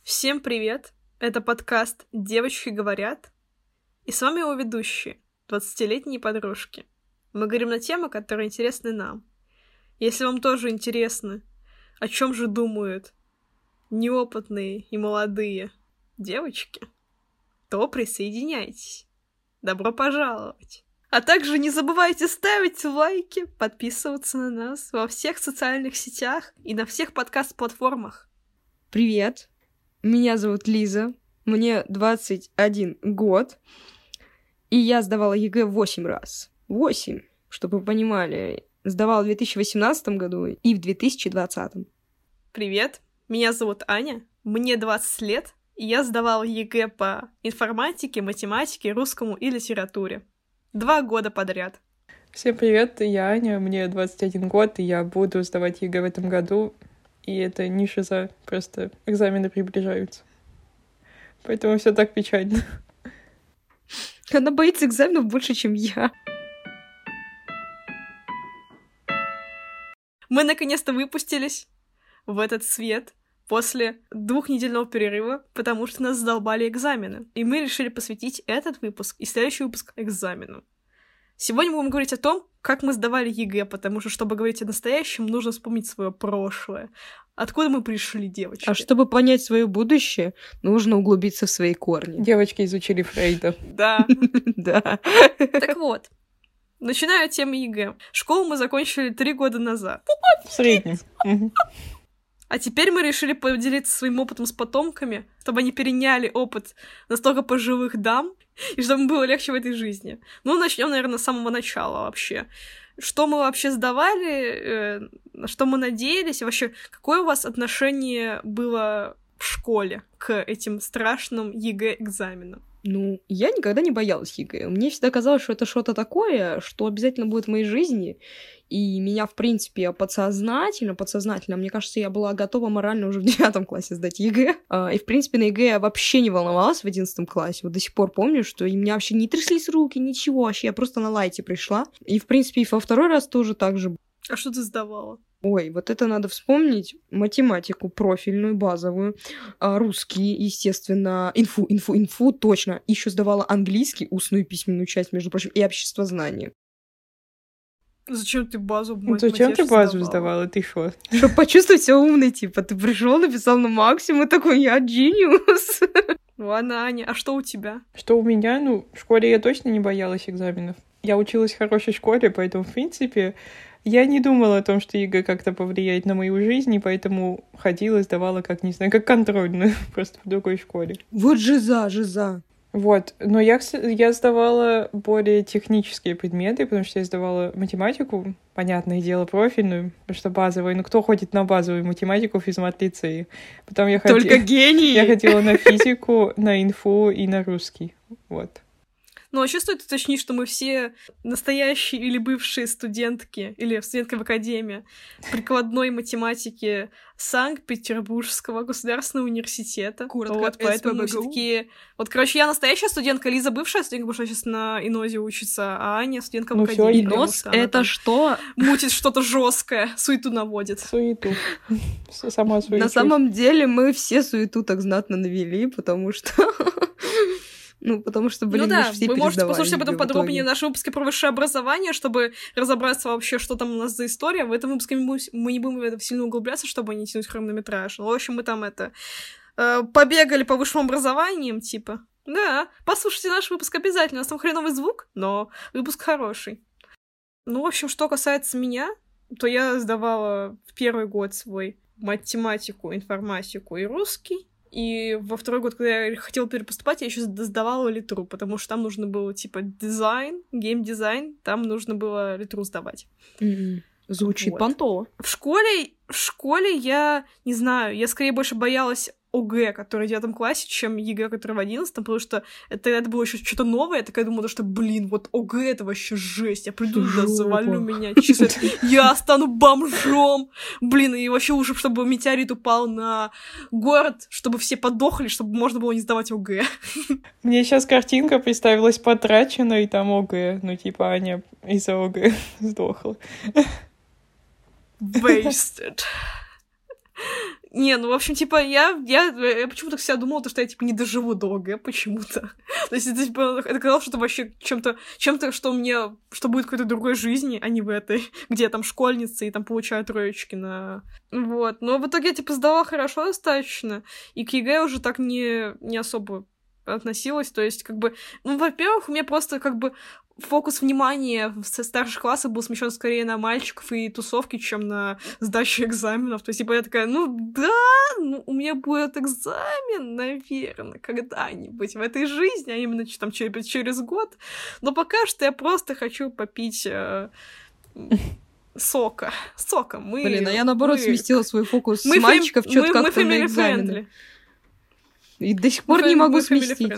Всем привет! Это подкаст «Девочки говорят». И с вами его ведущие, 20-летние подружки. Мы говорим на темы, которые интересны нам. Если вам тоже интересно, о чем же думают неопытные и молодые девочки, то присоединяйтесь. Добро пожаловать! А также не забывайте ставить лайки, подписываться на нас во всех социальных сетях и на всех подкаст-платформах. Привет! Меня зовут Лиза, мне 21 год, и я сдавала ЕГЭ 8 раз. 8, чтобы вы понимали. Сдавала в 2018 году и в 2020. Привет, меня зовут Аня, мне 20 лет, и я сдавала ЕГЭ по информатике, математике, русскому и литературе. 2 года подряд. Всем привет, я Аня, мне 21 год, и я буду сдавать ЕГЭ в этом году. И это не шиза, просто экзамены приближаются. Поэтому все так печально. Она боится экзаменов больше, чем я. Мы наконец-то выпустились в этот свет после 2-недельного перерыва, потому что нас задолбали экзамены. И мы решили посвятить этот выпуск и следующий выпуск экзамену. Сегодня мы будем говорить о том, как мы сдавали ЕГЭ, потому что, чтобы говорить о настоящем, нужно вспомнить свое прошлое. Откуда мы пришли, девочки? А чтобы понять свое будущее, нужно углубиться в свои корни. Девочки изучили Фрейда. Да. Да. Так вот, начинаю тему ЕГЭ. Школу мы закончили 3 года назад. В среднем. А теперь мы решили поделиться своим опытом с потомками, чтобы они переняли опыт настолько пожилых дам, и чтобы им было легче в этой жизни. Ну, начнем, наверное, с самого начала вообще. Что мы вообще сдавали, на что мы надеялись, и вообще, какое у вас отношение было в школе к этим страшным ЕГЭ-экзаменам? Ну, я никогда не боялась ЕГЭ. Мне всегда казалось, что это что-то такое, что обязательно будет в моей жизни. И меня, в принципе, подсознательно, мне кажется, я была готова морально уже в 9 классе сдать ЕГЭ. И, в принципе, на ЕГЭ я вообще не волновалась в 11 классе. Вот до сих пор помню, что у меня вообще не тряслись руки, ничего. Вообще, я просто на лайте пришла. И, в принципе, и во второй раз тоже так же. А что ты сдавала? Ой, вот это надо вспомнить. Математику профильную, базовую, русский, естественно, инфу, точно. Еще сдавала английский, устную и письменную часть, между прочим, и обществознание. Зачем ты базу Зачем ты базу сдавала? Ты что? Чтобы почувствовать себя умной, типа, ты пришел, написал на максимум, и такой, я genius. Ладно, Аня, а что у тебя? Что у меня? Ну, в школе я точно не боялась экзаменов. Я училась в хорошей школе, поэтому, в принципе, я не думала о том, что ЕГЭ как-то повлияет на мою жизнь, и поэтому ходила, сдавала, как, не знаю, как контрольную, просто в другой школе. Вот жиза. Вот, но я сдавала более технические предметы, потому что я сдавала математику, понятное дело, профильную, потому что базовую. Ну, кто ходит на базовую математику в физмат-лицее? Потом Только гении! Я ходила на физику, на инфу и на русский, вот. Ну, а стоит уточнить, что мы все настоящие или бывшие студентки, или студентки в академии прикладной математики Санкт-Петербургского государственного университета. Коротко, вот, поэтому мы СПбГУ. все-таки... Вот, короче, я настоящая студентка, Лиза бывшая студентка, потому что сейчас на ИНОЗе учится, а Аня студентка в Ну академии. всё, потому ИНОЗ что она — это там что? мутит что-то жесткое, суету наводит. Суету. Сама суету. На самом деле мы все суету так знатно навели, потому что... потому что, блин, Ну да, мы все вы можете пересдавали послушать об этом ЕГЭ в подробнее в итоге. нашем выпуске про высшее образование, чтобы разобраться вообще, что там у нас за история. В этом выпуске мы не будем в это сильно углубляться, чтобы не тянуть хронометраж. Ну, в общем, мы там побегали по высшим образованиям, типа. Да, послушайте наш выпуск обязательно. У нас там хреновый звук, но выпуск хороший. Ну, в общем, что касается меня, то я сдавала в первый год свой математику, информатику и русский. И во второй год, когда я хотела перепоступать, я еще сдавала литру, потому что там нужно было, типа, дизайн, геймдизайн, там нужно было литру сдавать. Звучит Вот. понтово. В школе я, не знаю, я скорее больше боялась ОГЭ, который в 9 классе, чем ЕГЭ, который в 11, потому что это было еще что-то новое, я такая думала, что, блин, вот ОГЭ — это вообще жесть, я приду туда, Жопа. завалю меня, чисто, я стану бомжом, блин, и вообще уже, чтобы метеорит упал на город, чтобы все подохли, чтобы можно было не сдавать ОГЭ. Мне сейчас картинка представилась потраченной, и там ОГЭ. Ну, типа, Аня из-за ОГЭ сдохла. Wasted. Не, ну, в общем, типа, я почему-то всегда думала, что я, типа, не доживу долго, почему-то. То есть, это, типа, это казалось, что это вообще чем-то, что будет в какой-то другой жизни, а не в этой, где я там школьница и там получаю троечки на... Вот. Но в итоге я, типа, сдала хорошо достаточно, и к ЕГЭ уже так не особо относилась, то есть, как бы, ну, во-первых, у меня просто, как бы, фокус внимания в старших классах был смещен скорее на мальчиков и тусовки, чем на сдачу экзаменов. То есть, типа, я такая, ну да, ну, у меня будет экзамен, наверное, когда-нибудь в этой жизни, а именно там через год. Но пока что я просто хочу попить сока. Блин, а я, наоборот, сместила свой фокус с мальчиков чё-то как-то на экзамены. И до сих пор не могу сместить.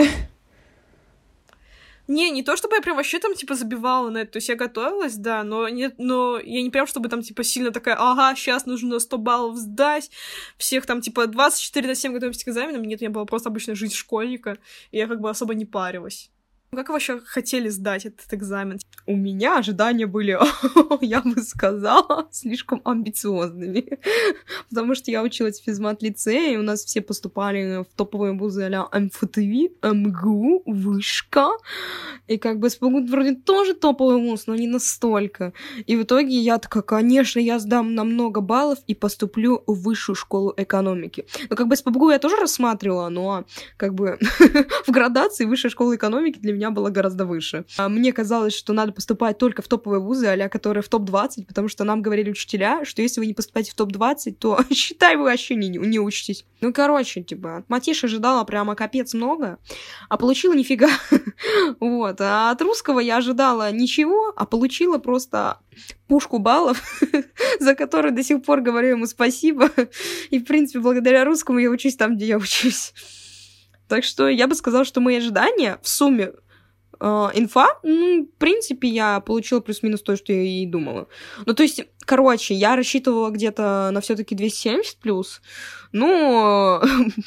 Не то чтобы я прям вообще там, типа, забивала на это, то есть я готовилась, да, но я не прям, чтобы там, типа, сильно такая, ага, сейчас нужно 100 баллов сдать, всех там, типа, 24/7 готовимся к экзаменам, нет, у меня была просто обычная жизнь школьника, и я как бы особо не парилась. Как вы вообще хотели сдать этот экзамен? У меня ожидания были, я бы сказала, слишком амбициозными. Потому что я училась в физмат-лицее, и у нас все поступали в топовые вузы а-ля МФТИ, МГУ, Вышка. И как бы СПбГУ вроде тоже топовый вуз, но не настолько. И в итоге я такая, конечно, я сдам на много баллов и поступлю в высшую школу экономики. Ну, как бы СПбГУ я тоже рассматривала, но как бы в градации высшая школа экономики для меня была гораздо выше. Мне казалось, что надо поступать только в топовые вузы, а-ля которые в топ-20, потому что нам говорили учителя, что если вы не поступаете в топ-20, то, считай, вы вообще не учитесь. Ну, короче, типа, от матиш ожидала прямо капец много, а получила нифига. Вот. А от русского я ожидала ничего, а получила просто пушку баллов, за которые до сих пор говорю ему спасибо. И, в принципе, благодаря русскому я учусь там, где я учусь. Так что я бы сказала, что мои ожидания в сумме инфа, ну, в принципе, я получила плюс-минус то, что я и думала. Ну, то есть, короче, я рассчитывала где-то на все-таки 270 плюс, но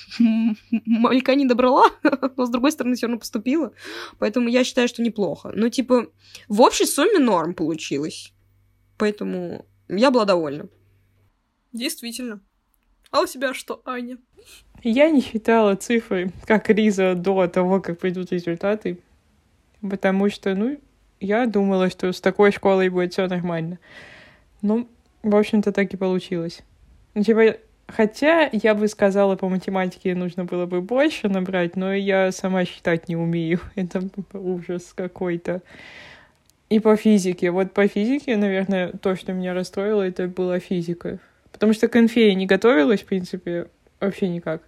малька не добрала, но, с другой стороны, все равно поступила, поэтому я считаю, что неплохо. Но, типа, в общей сумме норм получилось, поэтому я была довольна. Действительно. А у тебя что, Аня? Я не считала цифры, как Риза, до того, как придут результаты. Потому что, ну, я думала, что с такой школой будет все нормально. Ну, в общем-то, так и получилось. Ну, типа, хотя я бы сказала, по математике нужно было бы больше набрать, но я сама считать не умею. Это ужас какой-то. И по физике. Вот по физике, наверное, то, что меня расстроило, это была физика. Потому что к инфе я не готовилась, в принципе, вообще никак.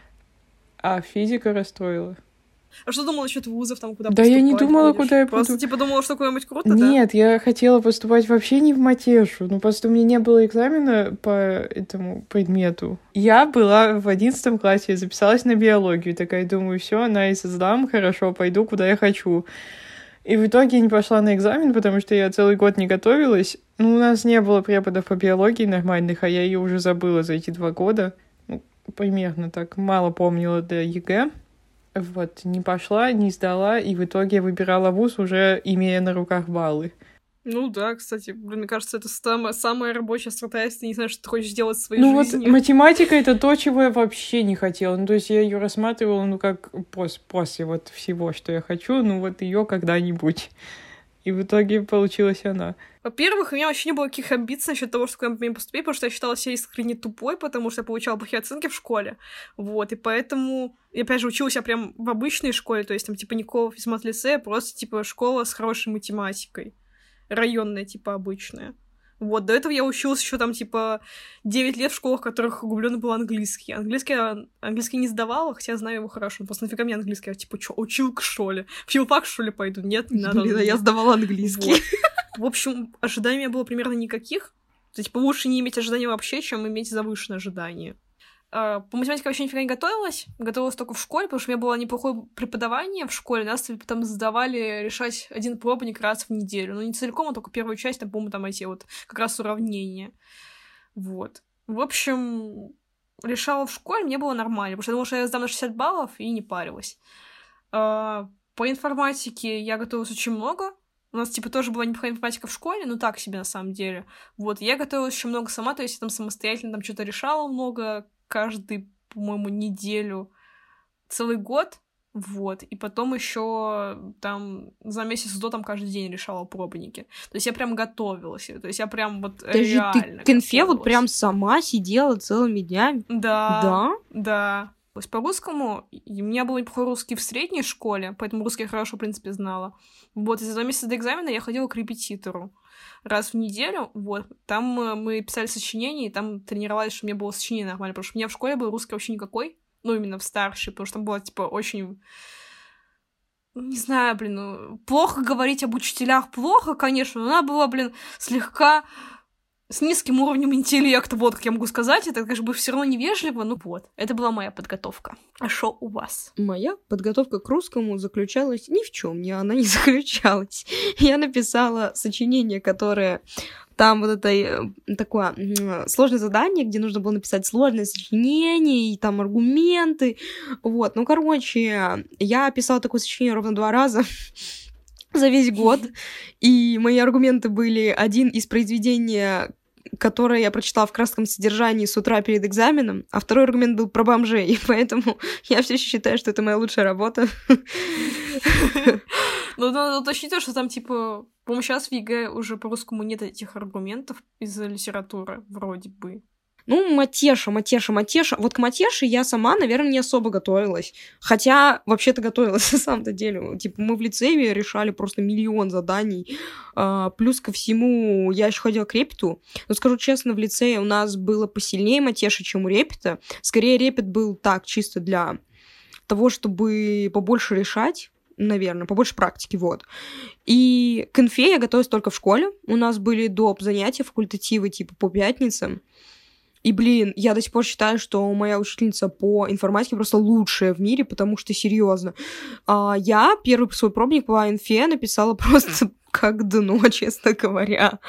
А физика расстроила. А что думала насчет вузов, там, куда да поступать? Да я не думала, будешь? куда я Просто, буду. типа, думала, что куда-нибудь круто, Нет, да? Я хотела поступать вообще не в Матешу. Ну, просто у меня не было экзамена по этому предмету. Я была в 11 классе, записалась на биологию. Такая, думаю, все, найс, сдам, хорошо, пойду, куда я хочу. И в итоге я не пошла на экзамен, потому что я целый год не готовилась. Ну, у нас не было преподов по биологии нормальных, а я ее уже забыла за эти 2 года. Ну, примерно так. Мало помнила до ЕГЭ. Вот, не пошла, не сдала, и в итоге выбирала вуз, уже имея на руках баллы. Ну да, кстати, мне кажется, это самая рабочая стратегия, если ты не знаешь, что ты хочешь делать в своей жизни. Ну вот математика — это то, чего я вообще не хотела. Ну, то есть я ее рассматривала, ну, как после вот всего, что я хочу, ну, вот ее когда-нибудь. И в итоге получилась она. Во-первых, у меня вообще не было каких амбиций насчет того, что куда-нибудь поступить, потому что я считала себя искренне тупой, потому что я получала плохие оценки в школе. Вот, и поэтому... И опять же, училась я прям в обычной школе, то есть там, типа, никакого физмат-лицея, просто, типа, школа с хорошей математикой. Районная, типа, обычная. Вот, до этого я училась еще там, типа, 9 лет в школах, в которых углублённый был английский. Английский не сдавала, хотя знаю его хорошо. Просто нафига мне английский? Я, типа, что, училка, что ли? В филфак, что ли, пойду? Нет, не надо. Блин, я сдавала английский. Вот. В общем, ожиданий у меня было примерно никаких. То есть, типа, лучше не иметь ожиданий вообще, чем иметь завышенные ожидания. По математике вообще нифига не готовилась. Готовилась только в школе, потому что у меня было неплохое преподавание в школе. Нас потом сдавали решать один пробник раз в неделю. Ну, не целиком, а только первую часть, там, по-моему, там эти вот как раз уравнения. Вот. В общем, решала в школе, мне было нормально, потому что я думала, что я сдам на 60 баллов и не парилась. По информатике я готовилась очень много. У нас, типа, тоже была неплохая информатика в школе, но так себе, на самом деле. Вот, я готовилась еще много сама, то есть я там самостоятельно там что-то решала много, каждую, по-моему, неделю, целый год, вот, и потом еще там за месяц до там каждый день решала пробники. То есть я прям готовилась, то есть я прям вот реально Ты к инфе вот прям сама сидела целыми днями? Да. То есть по русскому, у меня был неплохой русский в средней школе, поэтому русский я хорошо, в принципе, знала. Вот, и за 2 месяца до экзамена я ходила к репетитору раз в неделю, вот. Там мы писали сочинения, и там тренировались, чтобы у меня было сочинение нормально, потому что у меня в школе был русский вообще никакой, ну, именно в старшей, потому что там было, типа, очень... Не знаю, блин, плохо говорить об учителях, плохо, конечно, но она была, блин, слегка... с низким уровнем интеллекта, вот как я могу сказать, это, конечно, бы все равно невежливо, ну вот, это была моя подготовка. А что у вас? Моя подготовка к русскому заключалась ни в чем, она не заключалась. Я написала сочинение, которое... Там вот это такое сложное задание, где нужно было написать сложное сочинение, и там аргументы, вот. Ну, короче, я писала такое сочинение ровно 2 раза за весь год, и мои аргументы были один из произведения, которое я прочитала в кратком содержании с утра перед экзаменом, а второй аргумент был про бомжей, и поэтому я все еще считаю, что это моя лучшая работа. Ну, надо уточнить то, что там, типа, по-моему, сейчас в ЕГЭ уже по-русскому нет этих аргументов из-за литературы, вроде бы. Ну, Матеша. Вот к Матеше я сама, наверное, не особо готовилась. Хотя, вообще-то готовилась, на самом-то деле. Типа, мы в лицее решали просто миллион заданий. Плюс ко всему, я еще ходила к репету. Но, скажу честно, в лицее у нас было посильнее Матеши, чем у репета. Скорее, репет был так, чисто для того, чтобы побольше решать, наверное, побольше практики, вот. И к инфе я готовилась только в школе. У нас были доп. Занятия, факультативы, типа, по пятницам. И, блин, я до сих пор считаю, что моя учительница по информатике просто лучшая в мире, потому что, серьезно, я первый свой пробник по инфе написала просто как дно, честно говоря.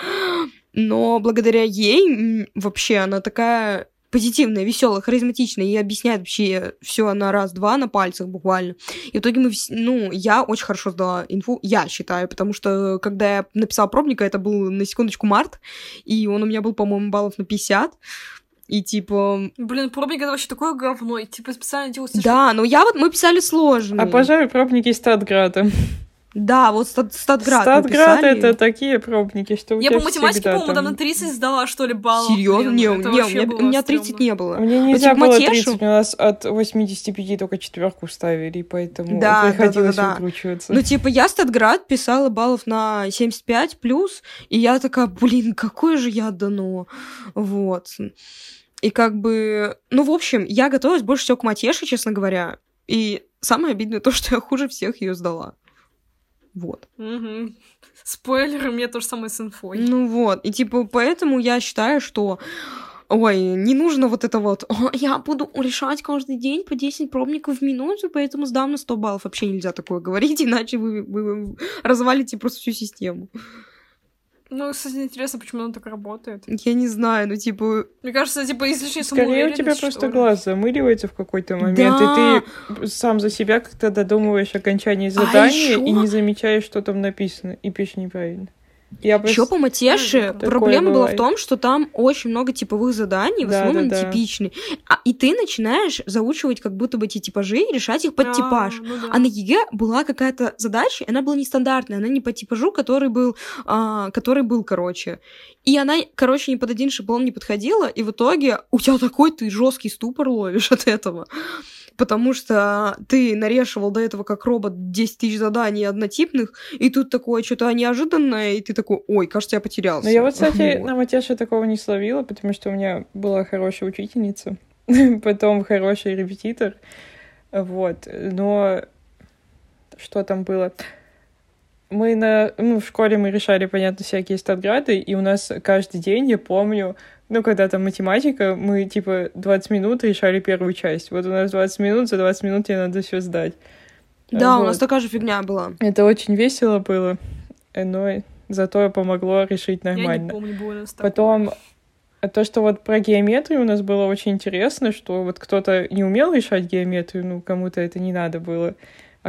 Но благодаря ей вообще она такая позитивная, веселая, харизматичная, и объясняет вообще все на раз-два на пальцах буквально. И в итоге я очень хорошо сдала инфу, я считаю, потому что когда я написала пробника, это был, на секундочку, март, и он у меня был, по-моему, баллов на 50. И типа... Блин, пробник — это вообще такое говно, и типа специально делать... Да, но мы писали сложные. Обожаю пробники Статграда. Да, вот Статград Статград — это такие пробники, что у тебя Я по математике, всегда по-моему, там на 30 сдала, что ли, баллов. Серьезно? Не, у меня 30 не было. Мне нельзя было 30, у нас от 85 только 4 ставили, поэтому приходилось выкручиваться. Ну, типа, я Статград писала баллов на 75+, и я такая, блин, какое же я дано. Вот. И как бы... Ну, в общем, я готовилась больше всего к Матеше, честно говоря. И самое обидное то, что я хуже всех ее сдала. Вот. Угу. Спойлер, у меня то же самое с инфой. Ну вот. И типа, поэтому я считаю, что... Ой, не нужно вот это вот... Я буду решать каждый день по 10 пробников в минуту, поэтому сдам на 100 баллов. Вообще нельзя такое говорить, иначе вы развалите просто всю систему. Ну, кстати, интересно, почему он так работает. Я не знаю, ну, типа... Мне кажется, типа, излишне самоуверенность. Скорее, у тебя просто глаз замыливается в какой-то момент, да. И ты сам за себя как-то додумываешь окончание задания и не замечаешь, что там написано, и пишешь неправильно. Еще по Матеше проблема была в том, что там очень много типовых заданий, в основном типичные. И ты начинаешь заучивать как будто бы эти типажи и решать их под типаж. А на ЕГЭ была какая-то задача, и она была нестандартная, она не по типажу, который был, короче. И она, короче, ни под один шаблон не подходила, и в итоге у тебя такой ты жесткий ступор ловишь от этого. Потому что ты нарешивал до этого как робот 10 тысяч заданий однотипных, и тут такое что-то неожиданное, и ты такой, ой, кажется, я потерялся. Ну, я вот, кстати, на Матеше такого не словила, потому что у меня была хорошая учительница, потом хороший репетитор, вот. Но что там было? В школе мы решали, понятно, всякие статграды, и у нас каждый день, я помню, когда там математика, мы, 20 минут решали первую часть. Вот у нас 20 минут, за 20 минут тебе надо все сдать. Да, вот. У нас такая же фигня была. Это очень весело было, но зато помогло решить нормально. Я не помню, было у нас такое. Потом, то, что вот про геометрию у нас было очень интересно, что вот кто-то не умел решать геометрию, кому-то это не надо было, а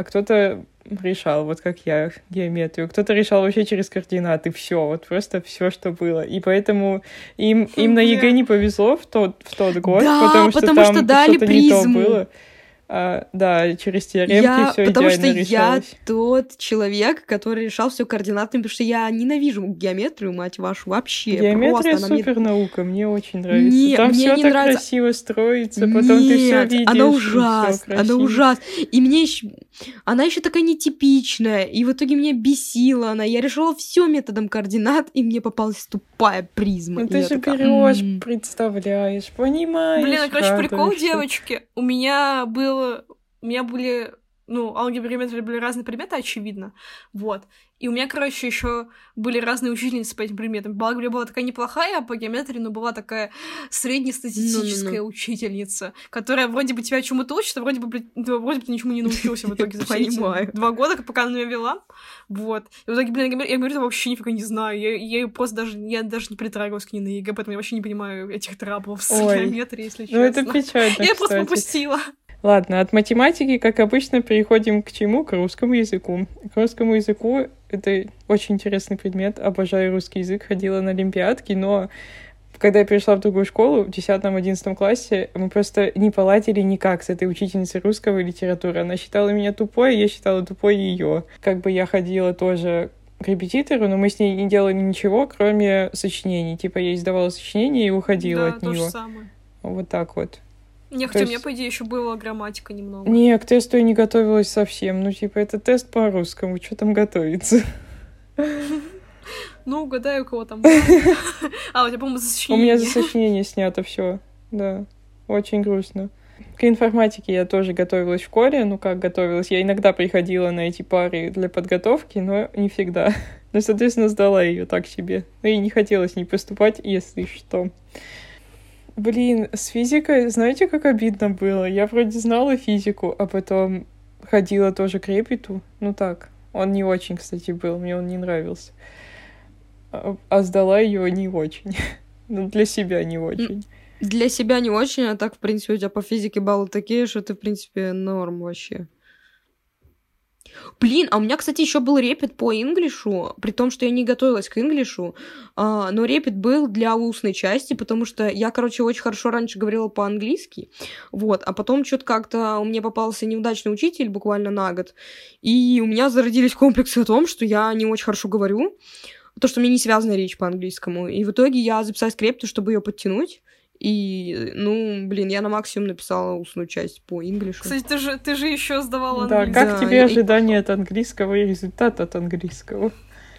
а кто-то решал, вот как я, геометрию. Кто-то решал вообще через координаты. Все, вот просто все, что было. И поэтому им на ЕГЭ не повезло в тот год, Да, потому что там дали что-то призму. не то было. Да, через теоремки все потому что идеально решалось. я тот человек, который решал все координатами, потому что я ненавижу геометрию, мать вашу, вообще. Геометрия просто, супер наука, мне очень нравится. Не, там мне все не так нравится. красиво строится, потом ты все видишь. Она и всё ужасна, она красиво. ужасна. И мне еще... Она еще такая нетипичная, и в итоге меня бесила она. Я решала все методом координат, и мне попалась тупая призма. Ну И ты я же такая, берешь, представляешь, понимаешь. Блин, короче, прикол, радуешься. девочки. У меня были, ну, алгебра и геометрия были разные предметы, очевидно. Вот. И у меня, короче, еще были разные учительницы по этим предметам. По алгебре была такая неплохая, а по геометрии, ну, была такая среднестатистическая учительница, которая вроде бы тебя чему-то учит, а вроде бы ты ничему не научился в итоге за все эти 2 года, пока она меня вела. Вот. И в итоге, блин, я говорю, я вообще нифига не знаю. Я ее просто даже не притрагивалась к ней на ЕГЭ, поэтому я вообще не понимаю этих траблов с геометрией, если честно. Ну это печально, Я просто кстати. пропустила. Ладно, от математики, как обычно, переходим к чему? К русскому языку. К русскому языку это очень интересный предмет. Обожаю русский язык, ходила на олимпиадки, но когда я перешла в другую школу, в 10-11 классе, мы просто не поладили никак с этой учительницей русского и литературы. Она считала меня тупой, я считала тупой ее. Как бы я ходила тоже к репетитору, но мы с ней не делали ничего, кроме сочинений. Типа я издавала сочинения и уходила от то нее. же самое. Вот так вот. Не, хотя у меня, по идее, еще была грамматика немного. Не, к тесту я не готовилась совсем. Ну, типа, это тест по-русскому, что там готовится? Ну, угадаю, у кого там было. А, у тебя, по-моему, за У сочинение. меня за сочинение снято все. Да, очень грустно. К информатике я тоже готовилась в школе. Ну, как готовилась? Я иногда приходила на эти пары для подготовки, но не всегда. Ну, соответственно, сдала ее так себе. Ну, и не хотелось с ней поступать, если что. Блин, с физикой, знаете, как обидно было? Я вроде знала физику, а потом ходила тоже к репету. Ну так, он не очень, кстати, был, мне он не нравился. А сдала ее не очень. Ну, для себя не очень. Для себя не очень, а так, в принципе, у тебя по физике баллы такие, что ты, в принципе, норм вообще. Блин, а у меня, кстати, еще был репет по инглишу, при том, что я не готовилась к инглишу, но репет был для устной части, потому что я, короче, очень хорошо раньше говорила по-английски, вот, а потом что-то как-то у меня попался неудачный учитель буквально на год, и у меня зародились комплексы о том, что я не очень хорошо говорю, то, что у меня не связана речь по-английскому, и в итоге я записалась к репту, чтобы ее подтянуть. И, ну, блин, я на максимум написала устную часть по инглишу. Кстати, ты же еще сдавала Да, английский. как тебе ожидания от английского и результат от английского?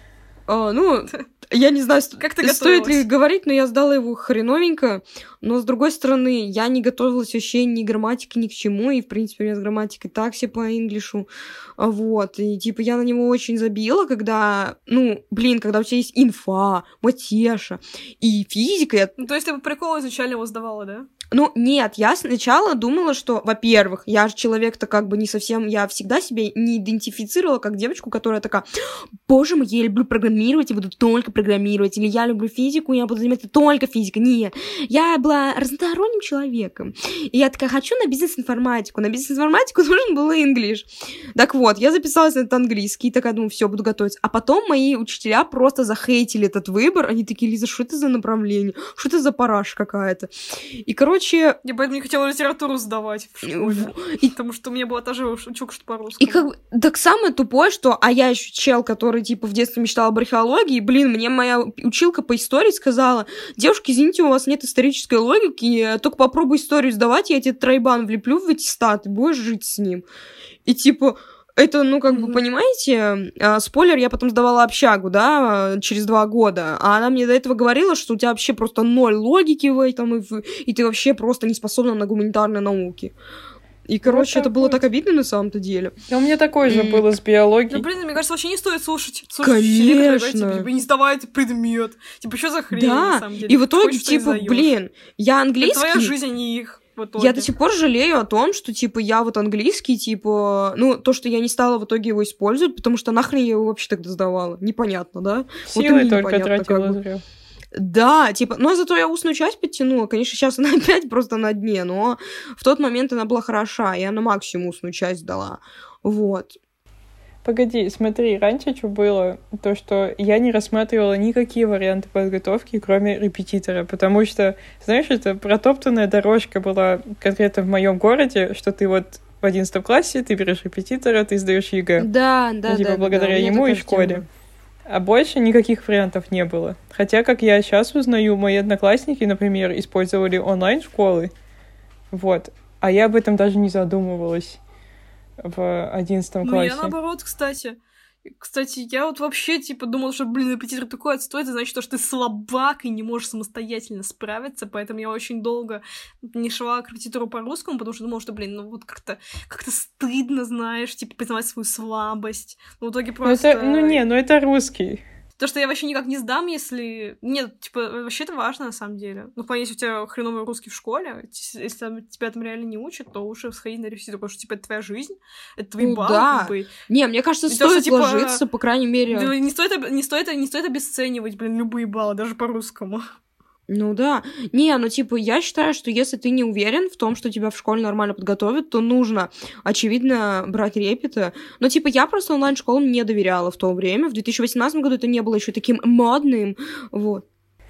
Ну, я не знаю, как ты стоит ли говорить, но я сдала его хреновенько. Но, с другой стороны, я не готовилась вообще ни к грамматике, ни к чему. И, в принципе, у меня с грамматикой так все по инглишу. Вот. И, типа, я на него очень забила, когда... Ну, блин, когда у тебя есть инфа, матеша и физика. Ну, то есть ты по приколу изначально его сдавала, да? Ну, нет, я сначала думала, что, во-первых, я же человек-то как бы не совсем... Я всегда себя не идентифицировала как девочку, которая такая: боже мой, я люблю программировать и буду только программировать. Или я люблю физику, и я буду заниматься только физикой. Нет, я была разносторонним человеком. И я такая: хочу на бизнес-информатику. На бизнес-информатику нужен был English. Так вот, я записалась на этот английский, и такая думаю, все, буду готовиться. А потом мои учителя просто захейтили этот выбор. Они такие: Лиза, что это за направление? Что это за параша какая-то? И, короче... Я поэтому не хотела литературу сдавать в школе. Потому что у меня была та же училка, что по-русски. И как бы, так самое тупое, что... А я еще чел, который, типа, в детстве мечтал об археологии. Блин, мне моя училка по истории сказала: девушки, извините, у вас нет исторической логики, только попробуй историю сдавать, я тебе тройбан влеплю в аттестат, и будешь жить с ним. И, типа... Это, ну, как бы, понимаете, спойлер, я потом сдавала общагу, да, через 2 года, а она мне до этого говорила, что у тебя вообще просто 0 логики в этом, и ты вообще просто не способна на гуманитарные науки. И, короче, это было так обидно на самом-то деле. У меня такое же было с биологией. Ну, блин, мне кажется, вообще не стоит слушать Конечно. типа, не сдавай этот предмет. Типа, что за хрень, да, на самом деле? И в итоге, Хочешь, типа, блин, я английский... Это твоя жизнь, а не их. Я до сих пор жалею о том, что, типа, я вот английский, типа, ну, то, что я не стала в итоге его использовать, потому что нахрен я его вообще тогда сдавала? Непонятно, да? Силы вот только непонятно, тратила как бы. зря. Да, типа, но зато я устную часть подтянула. Конечно, сейчас она опять просто на дне, но в тот момент она была хороша, я на максимум устную часть дала. Вот. Погоди, смотри, раньше что было? То, что я не рассматривала никакие варианты подготовки, кроме репетитора, потому что, знаешь, это протоптанная дорожка была конкретно в моем городе, что ты вот в 11 классе, ты берешь репетитора, ты сдаешь ЕГЭ. Да, типа, благодаря ему и школе. А больше никаких вариантов не было. Хотя, как я сейчас узнаю, мои одноклассники, например, использовали онлайн-школы. Вот. А я об этом даже не задумывалась в 11 классе. Ну, я наоборот, кстати. Кстати, я вот вообще, типа, думала, что, репетитор такой отстой, это значит, что ты слабак и не можешь самостоятельно справиться, поэтому я очень долго не шла к репетитору по русскому, потому что думала, что, ну вот как-то стыдно, знаешь, типа, признавать свою слабость. Но в итоге просто... это русский. То, что я вообще никак не сдам, если... Нет, типа, вообще это важно, на самом деле. Ну, понятно, если у тебя хреновый русский в школе, если тебя там реально не учат, то лучше сходить на репетитор, потому что, типа, это твоя жизнь, это твои баллы, да. как бы. Не, мне кажется, стоит вложиться, по крайней мере... Не стоит обесценивать, любые баллы, даже по-русскому. Ну да. Не, ну типа, я считаю, что если ты не уверен в том, что тебя в школе нормально подготовят, то нужно, очевидно, брать репета. Но типа, я просто онлайн-школам не доверяла в то время. В 2018 году это не было еще таким модным. Вот.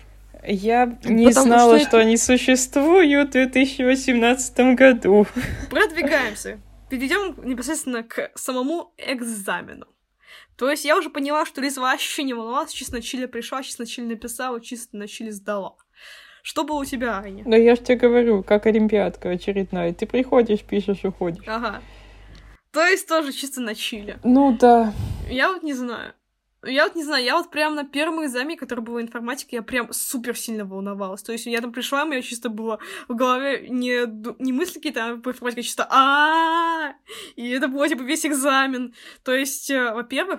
Я не знала, что они существуют в 2018 году. Продвигаемся. Перейдем непосредственно к самому экзамену. То есть я уже поняла, что Лиза вообще не волновалась, чисто на чиле пришла, чисто на чиле написала, чисто на чиле сдала. Что было у тебя, Аня? Да я ж тебе говорю, как олимпиадка очередная. Ты приходишь, пишешь, уходишь. Ага. То есть тоже чисто на чиле. Ну да. Я вот не знаю, я вот прям на первом экзамене, который был информатика, я прям супер сильно волновалась. То есть я там пришла, у меня чисто было в голове не мысли какие-то, а по информатике чисто и это было типа весь экзамен. То есть, во-первых,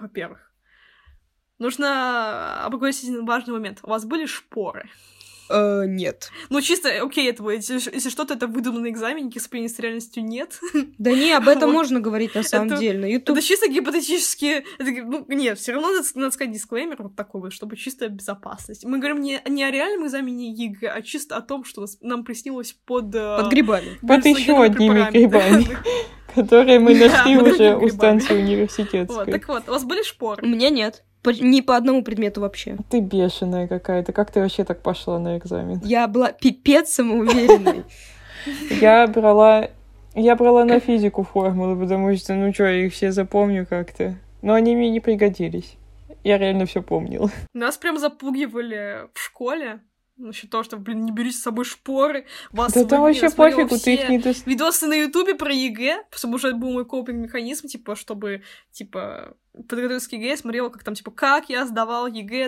нужно обговорить один важный момент. У вас были шпоры? Нет. Ну, чисто, окей, это будет. Если что-то это выдуманный экзамен, никаких сопрений с реальностью нет. Да не, об этом можно говорить на самом деле. На YouTube... Это чисто гипотетически... Нет, все равно надо сказать дисклеймер вот такой вот, чтобы чистая безопасность. Мы говорим не о реальном экзамене ЕГЭ, а чисто о том, что нам приснилось под грибами. Под еще одними грибами, которые мы нашли уже у станции университетской. Так вот, у вас были шпоры? У меня нет. Ни по одному предмету вообще. Ты бешеная какая-то. Как ты вообще так пошла на экзамен? Я была пипец самоуверенной. Я брала на физику формулы, потому что, я их все запомню как-то. Но они мне не пригодились. Я реально все помнила. Нас прям запугивали в школе. Насчет того, что, не берите с собой шпоры. Да там вообще пофигу, ты их не видосы на Ютубе про ЕГЭ, потому что это был мой копинг-механизм, чтобы, подготовиться к ЕГЭ, я смотрела, как я сдавал ЕГЭ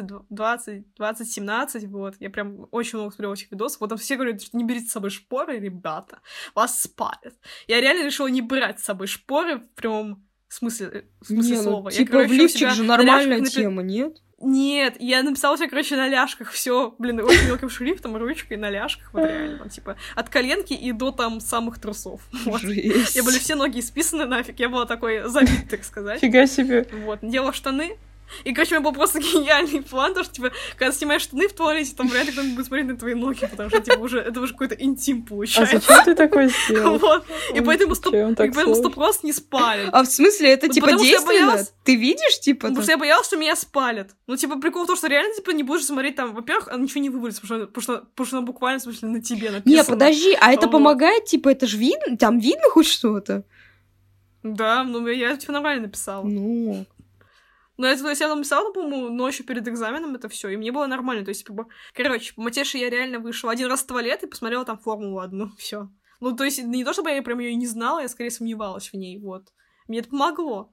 2017, вот. Я прям очень много смотрела этих видосов. Вот там все говорят, что не берите с собой шпоры, ребята, вас спалят. Я реально решила не брать с собой шпоры в прямом смысле слова. В лифчик же нормальная тема, нет? Нет, я написала себе, на ляжках все, очень мелким шрифтом, ручкой на ляжках, вот реально, от коленки и до самых трусов. Вот. Я были все ноги исписаны нафиг, я была такой забит, так сказать. Фига себе. Вот, надела штаны. И, у меня был просто гениальный план, то, что, когда снимаешь штаны в туалете, там вряд ли кто-нибудь будет смотреть на твои ноги, потому что, это уже какой-то интим получается. А зачем ты такой сделал? Вот. И поэтому 100% не спалят. А в смысле, это, действенно? Ты видишь, Потому что я боялась, что меня спалят. Прикол в том, что реально, не будешь смотреть там, во-первых, ничего не вывалится, потому что буквально, в смысле, на тебе написано. Не, подожди, а это помогает, это же видно? Там видно хоть что-то? Да, я, нормально написала. Но я там написала, по-моему, ночью перед экзаменом это все, и мне было нормально. То есть, по матеше я реально вышла один раз в туалет и посмотрела там формулу одну, все. То есть, не то, чтобы я прям ее не знала, я скорее сомневалась в ней, вот. Мне это помогло.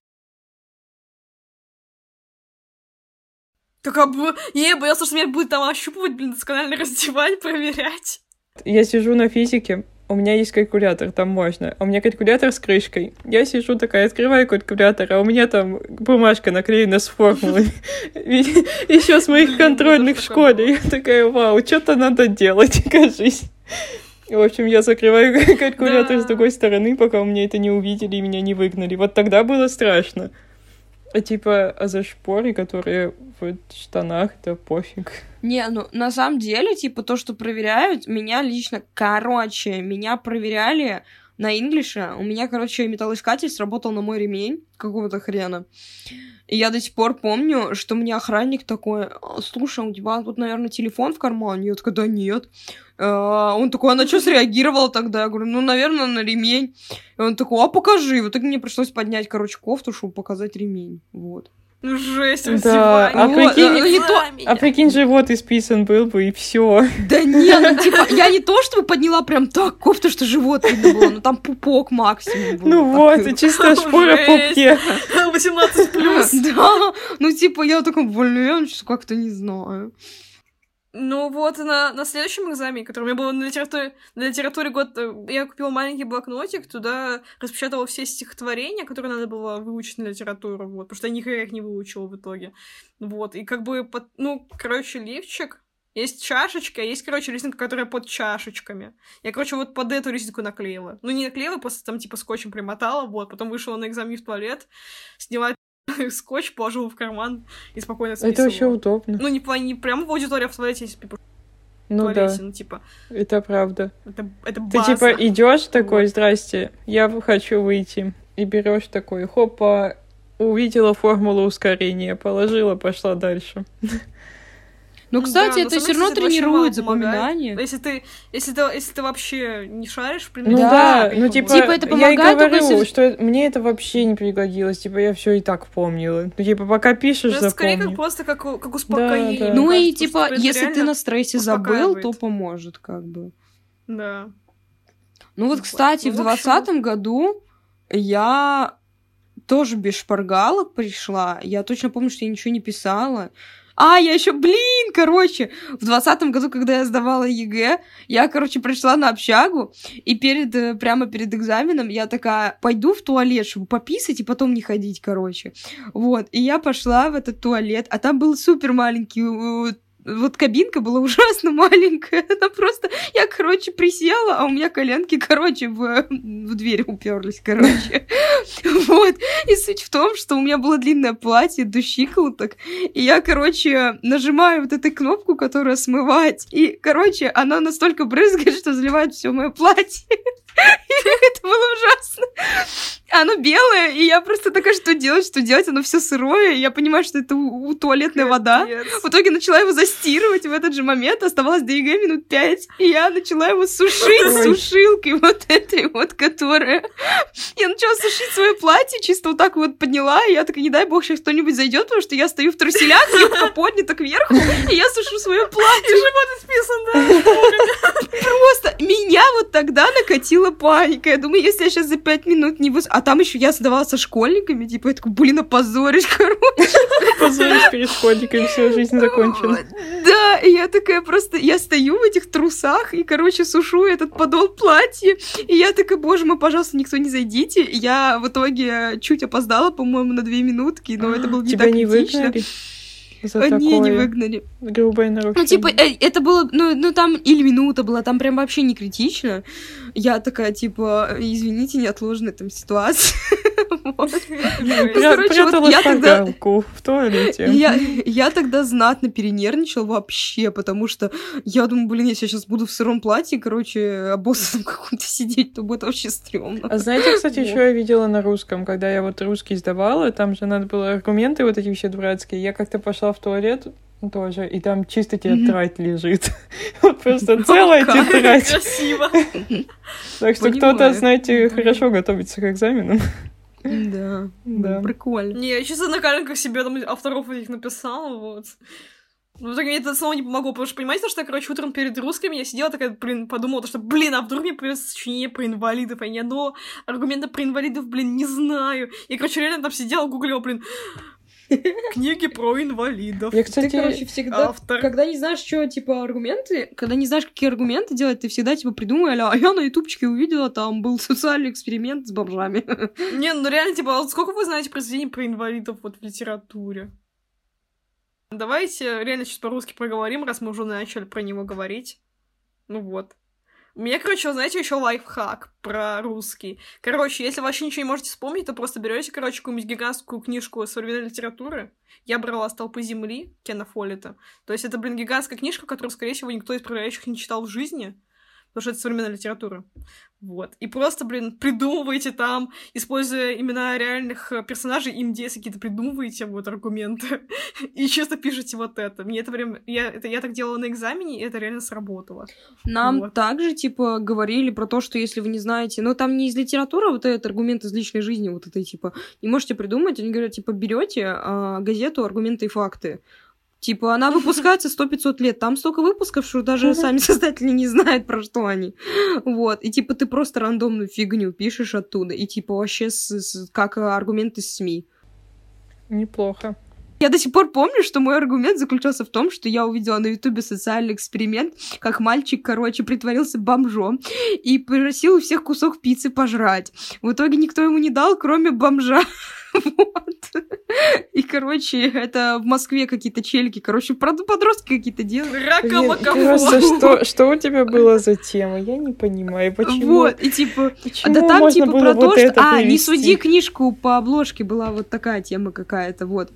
Я боялась, что меня будет там ощупывать, досконально раздевать, проверять. Я сижу на физике. У меня есть калькулятор, там можно. У меня калькулятор с крышкой. Я сижу такая, открываю калькулятор, а у меня там бумажка наклеена с формулой. Еще с моих контрольных в школе. Я такая, вау, что-то надо делать, кажись. В общем, я закрываю калькулятор с другой стороны, пока у меня это не увидели и меня не выгнали. Вот тогда было страшно. А зашпори, которые в штанах, да пофиг. Не, ну, на самом деле, типа, то, что проверяют, меня лично... Короче, меня проверяли на инглише. У меня, короче, металлоискатель сработал на мой ремень какого-то хрена. И я до сих пор помню, что мне охранник такой: слушай, у тебя тут, наверное, телефон в кармане? Я такая: да нет. Он такой: а на что среагировала тогда? Я говорю: ну, наверное, на ремень. И он такой: а покажи. Вот так мне пришлось поднять, короче, кофту, чтобы показать ремень. Вот. Ну, жесть, Да, раздевание. прикинь, живот исписан был бы, и все. Да не, ну, типа, я не то, чтобы подняла прям так кофту, что живот видно было, но там пупок максимум был. Ну вот, и чисто шпора в пупке. 18+. Да, ну, типа, я такая: блин, что как-то не знаю. Ну вот, на следующем экзамене, который у меня был на литературе год, я купила маленький блокнотик, туда распечатала все стихотворения, которые надо было выучить на литературу, вот, потому что я нихера их не выучила в итоге. Вот, и как бы, короче, лифчик, есть чашечка, есть, короче, резинка, которая под чашечками. Я, короче, вот под эту резинку наклеила. Ну, не наклеила, просто там, типа, скотчем примотала, вот, потом вышла на экзамен в туалет, сняла скотч, положила в карман и спокойно списывала. Это вообще удобно. Ну, не прямо в аудитории, а в туалете, если в Ну туалете, да, ну, типа, это правда. это Ты база. типа идешь такой: Вот. здрасте, я хочу выйти. И берешь такой: хопа, увидела формулу ускорения, положила, пошла дальше. Ну, кстати, да, это но все равно это вообще мало тренирует помогает. запоминание. Если ты вообще не шаришь, в Ну примере, да, как ну бы, типа, Типа, это я и помогает только говорю, если- что мне это вообще не пригодилось, типа, я все и так помнила. Ну, типа, пока пишешь, это скорее как запомни. просто как успокоение. Да. мне Ну и, кажется, типа, потому что это если ты реально на стрессе забыл, успокаивает. то поможет, как бы. Да. Ну вот, Вот. кстати, Ну, в в общем- 2020 году я тоже без шпаргалок пришла. Я точно помню, что я ничего не писала. Я еще, короче, в 2020 году, когда я сдавала ЕГЭ, я, короче, пришла на общагу, и прямо перед экзаменом я такая: пойду в туалет, чтобы пописать и потом не ходить, короче. Вот, и я пошла в этот туалет, а там был супер маленький, вот кабинка была ужасно маленькая, она просто... Я, короче, присела, а у меня коленки, короче, в дверь уперлись, короче. Вот. И суть в том, что у меня было длинное платье до щиколоток, и я, короче, нажимаю вот эту кнопку, которая смывать, и, короче, она настолько брызгает, что заливает все мое платье. Это было ужасно. Оно белое, и я просто такая: что делать, оно все сырое, и я понимаю, что это туалетная вода. Капец. В итоге начала его застирывать в этот же момент, оставалось до ЕГЭ минут 5, и я начала его сушить Ой. сушилкой вот этой вот, которая... Я начала сушить свое платье, чисто вот так вот подняла, и я такая: не дай бог, сейчас кто-нибудь зайдет, потому что я стою в труселях, юбка поднята кверху, и я сушу свое платье. Живот исписан, да. Просто меня вот тогда накатила паника. Я думаю, если я сейчас за 5 минут не А там еще я сдавала со школьниками, типа, я такая: блин, опозоришь, короче. Позоришь перед школьниками, все, жизнь закончена. Да, и я такая просто... Я стою в этих трусах и, короче, сушу этот подол платья. И я такая: боже мой, пожалуйста, никто не зайдите. И я в итоге чуть опоздала, по-моему, на 2 минутки, но это было не Тебя так не критично. выгнали за Не такое выгнали. грубое нарушение? Ну, типа, это было, ну, там или минута была, там прям вообще не критично. Я такая, типа: извините, неотложная там ситуация. Вот. Короче, вот Прятала я тогда... шпаргалку в туалете. Я тогда знатно перенервничала вообще, потому что я думаю: блин, если я сейчас буду в сыром платье, короче, обоссанном каком-то сидеть, то будет вообще стрёмно. А знаете, кстати, Вот. еще я видела на русском, когда я вот русский сдавала, там же надо было аргументы вот эти все дурацкие. Я как-то пошла в туалет тоже, и там чисто тетрадь лежит. Вот просто целая Кайф. тетрадь. Красиво. Так что Понимаю. кто-то, знаете, хорошо готовится к экзаменам. Да, Да. прикольно. Не, я чисто на коленках себе там авторов этих написала, вот. Но в итоге мне это самого не помогло, потому что, понимаете, что я, короче, утром перед русскими я сидела такая, подумала, что, а вдруг мне придется сочинение про инвалидов, а ни одного аргумента про инвалидов, не знаю. И, короче, реально там сидела, гуглила, книги про инвалидов. Я, Ты, кстати, короче, всегда, автор. когда не знаешь, что, типа, аргументы, когда не знаешь, какие аргументы делать, ты всегда, типа, придумай: а я на ютубчике увидела, там был социальный эксперимент с бомжами. Не, ну реально, типа, вот сколько вы знаете произведений про инвалидов вот в литературе? Давайте реально сейчас по-русски проговорим, раз мы уже начали про него говорить. Ну вот. У меня, короче, знаете, еще лайфхак про русский. Короче, если вы вообще ничего не можете вспомнить, то просто берете, короче, какую-нибудь гигантскую книжку современной литературы. Я брала «Столпы земли» Кена Фоллета. То есть это, гигантская книжка, которую, скорее всего, никто из проверяющих не читал в жизни, потому что это современная литература. Вот. И просто, придумываете там, используя имена реальных персонажей, им действия какие-то придумываете, вот, аргументы, и чисто пишете вот это. Мне это прям... Я так делала на экзамене, и это реально сработало. Нам вот. также, говорили про то, что если вы не знаете... Ну, там не из литературы, вот этот аргумент из личной жизни, вот это, не можете придумать. Они говорят, берете газету «Аргументы и факты». Она выпускается 100-500 лет. Там столько выпусков, что даже сами создатели не знают, про что они. Вот. И, ты просто рандомную фигню пишешь оттуда. И, вообще как аргумент из СМИ. Неплохо. Я до сих пор помню, что мой аргумент заключался в том, что я увидела на Ютубе социальный эксперимент, как мальчик, притворился бомжом и просил у всех кусок пиццы пожрать. В итоге никто ему не дал, кроме бомжа. Вот. И, это в Москве какие-то челики, подростки какие-то делают. Просто что у тебя было за тема? Я не понимаю, почему. Вот, и да там про то, что... не суди книжку по обложке, была вот такая тема какая-то, вот.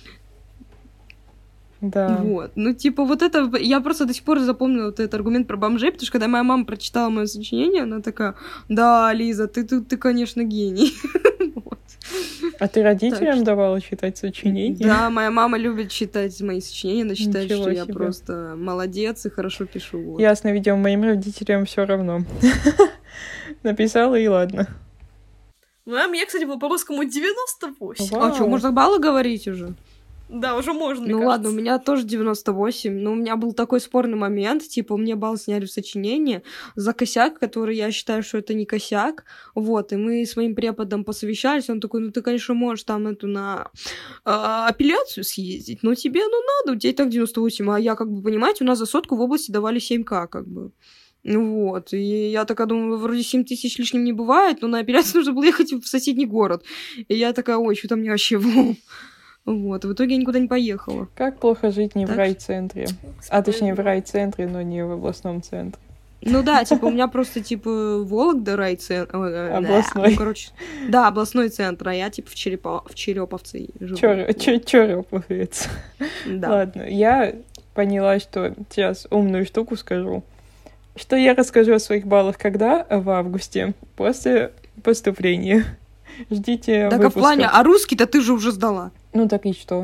Да. Вот. Вот это... Я просто до сих пор запомнила вот этот аргумент про бомжей, потому что когда моя мама прочитала мое сочинение, она такая: да, Лиза, ты, конечно, гений. Вот. А ты родителям давала читать сочинения? Да, моя мама любит читать мои сочинения, она считает, Ничего что я себе. просто молодец и хорошо пишу. Вот. Ясно, видимо, моим родителям все равно. Написала и ладно. Ну, а мне, кстати, было по русскому 98. А что, можно баллы говорить уже? Да, уже можно, мне Ну кажется. ладно, у меня тоже 98, но у меня был такой спорный момент, мне балл сняли в сочинении за косяк, который я считаю, что это не косяк, вот, и мы с моим преподом посовещались, он такой: ну ты, конечно, можешь там на апелляцию съездить, но тебе, надо, у тебя и так 98, а я, понимаете, у нас за сотку в области давали 7К, Вот, и я такая думаю, вроде 7 тысяч лишним не бывает, но на апелляцию нужно было ехать в соседний город, и я такая: ой, что-то мне вообще... Вот, в итоге я никуда не поехала. Как плохо жить не Так в райцентре. Точнее, в райцентре, но не в областном центре. Ну да, у меня просто, Вологда райцентр. Областной. Да, областной центр, а я, в Череповце живу. Череповец. Да. Ладно, я поняла, что сейчас умную штуку скажу. Что я расскажу о своих баллах когда? В августе, после поступления. Ждите Так, выпуска. в плане, а русский-то ты же уже сдала. Ну так и что?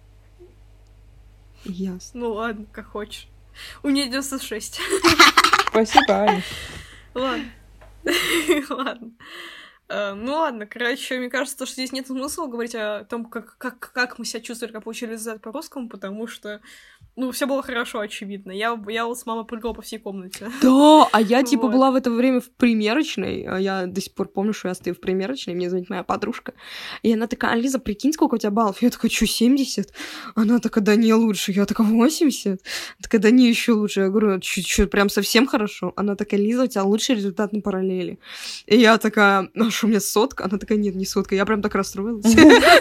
Ясно. Ну ладно, как хочешь. У меня 96. Спасибо, Аня. Ладно. Ладно. Ну ладно, короче, мне кажется, что здесь нет смысла говорить о том, как мы себя чувствовали, как получили результат по русскому, потому что, все было хорошо, очевидно. Я вот с мамой прыгала по всей комнате. Да, а я, Вот. была в это время в примерочной, а я до сих пор помню, что я стою в примерочной, мне звонит моя подружка, и она такая: Лиза, прикинь, сколько у тебя баллов? Я такая: что, 70? Она такая: да не, лучше. Я такая: 80? Такая: да не, еще лучше. Я говорю: что, прям совсем хорошо? Она такая: Лиза, у тебя лучший результат на параллели. И я такая: а что, у меня сотка? Она такая: нет, не сотка. Я прям так расстроилась.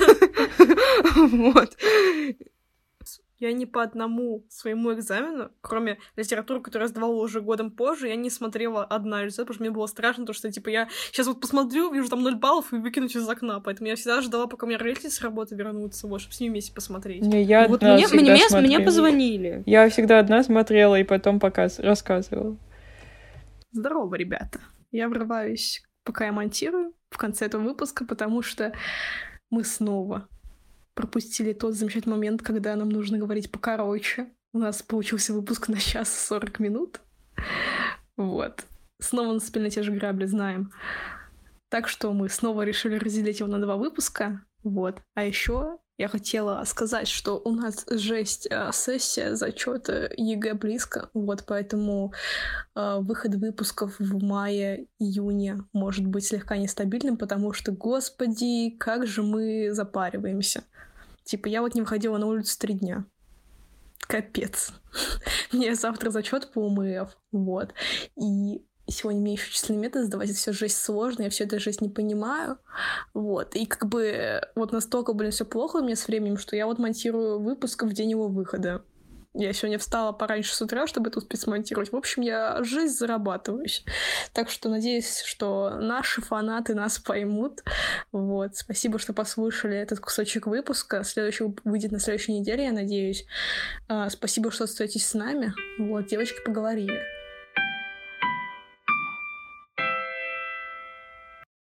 Вот. Я ни по одному своему экзамену, кроме литературы, которую я сдавала уже годом позже, я не смотрела одна результат, потому что мне было страшно, то, что, я сейчас вот посмотрю, вижу там 0 баллов и выкинуть из окна, поэтому я всегда ждала, пока у меня родители с работы вернутся, вот, чтобы с ними вместе посмотреть. Не, я Вот одна всегда мне смотрела. позвонили. Я всегда одна смотрела и потом рассказывала. Здорово, ребята. Я врываюсь, пока я монтирую, в конце этого выпуска, потому что мы снова пропустили тот замечательный момент, когда нам нужно говорить покороче. У нас получился выпуск на час 40 минут. Вот. Снова наступили на те же грабли, знаем. Так что мы снова решили разделить его на 2 выпуска. Вот. А еще я хотела сказать, что у нас жесть сессия, зачёты ЕГЭ близко. Вот, поэтому выход выпусков в мае-июне может быть слегка нестабильным, потому что, господи, как же мы запариваемся. Я вот не выходила на улицу 3 дня. Капец. Мне завтра зачет по ОМФ. Вот. И сегодня мне еще численные методы сдавать, это все жесть сложно, я все это жесть не понимаю. Вот. И вот настолько, все плохо у меня с временем, что я вот монтирую выпуск в день его выхода. Я сегодня встала пораньше с утра, чтобы это успеть смонтировать. В общем, я жизнь зарабатываюсь. Так что надеюсь, что наши фанаты нас поймут. Вот. Спасибо, что послушали этот кусочек выпуска. Следующий выйдет на следующей неделе, я надеюсь. Спасибо, что остаетесь с нами. Вот, девочки поговорили.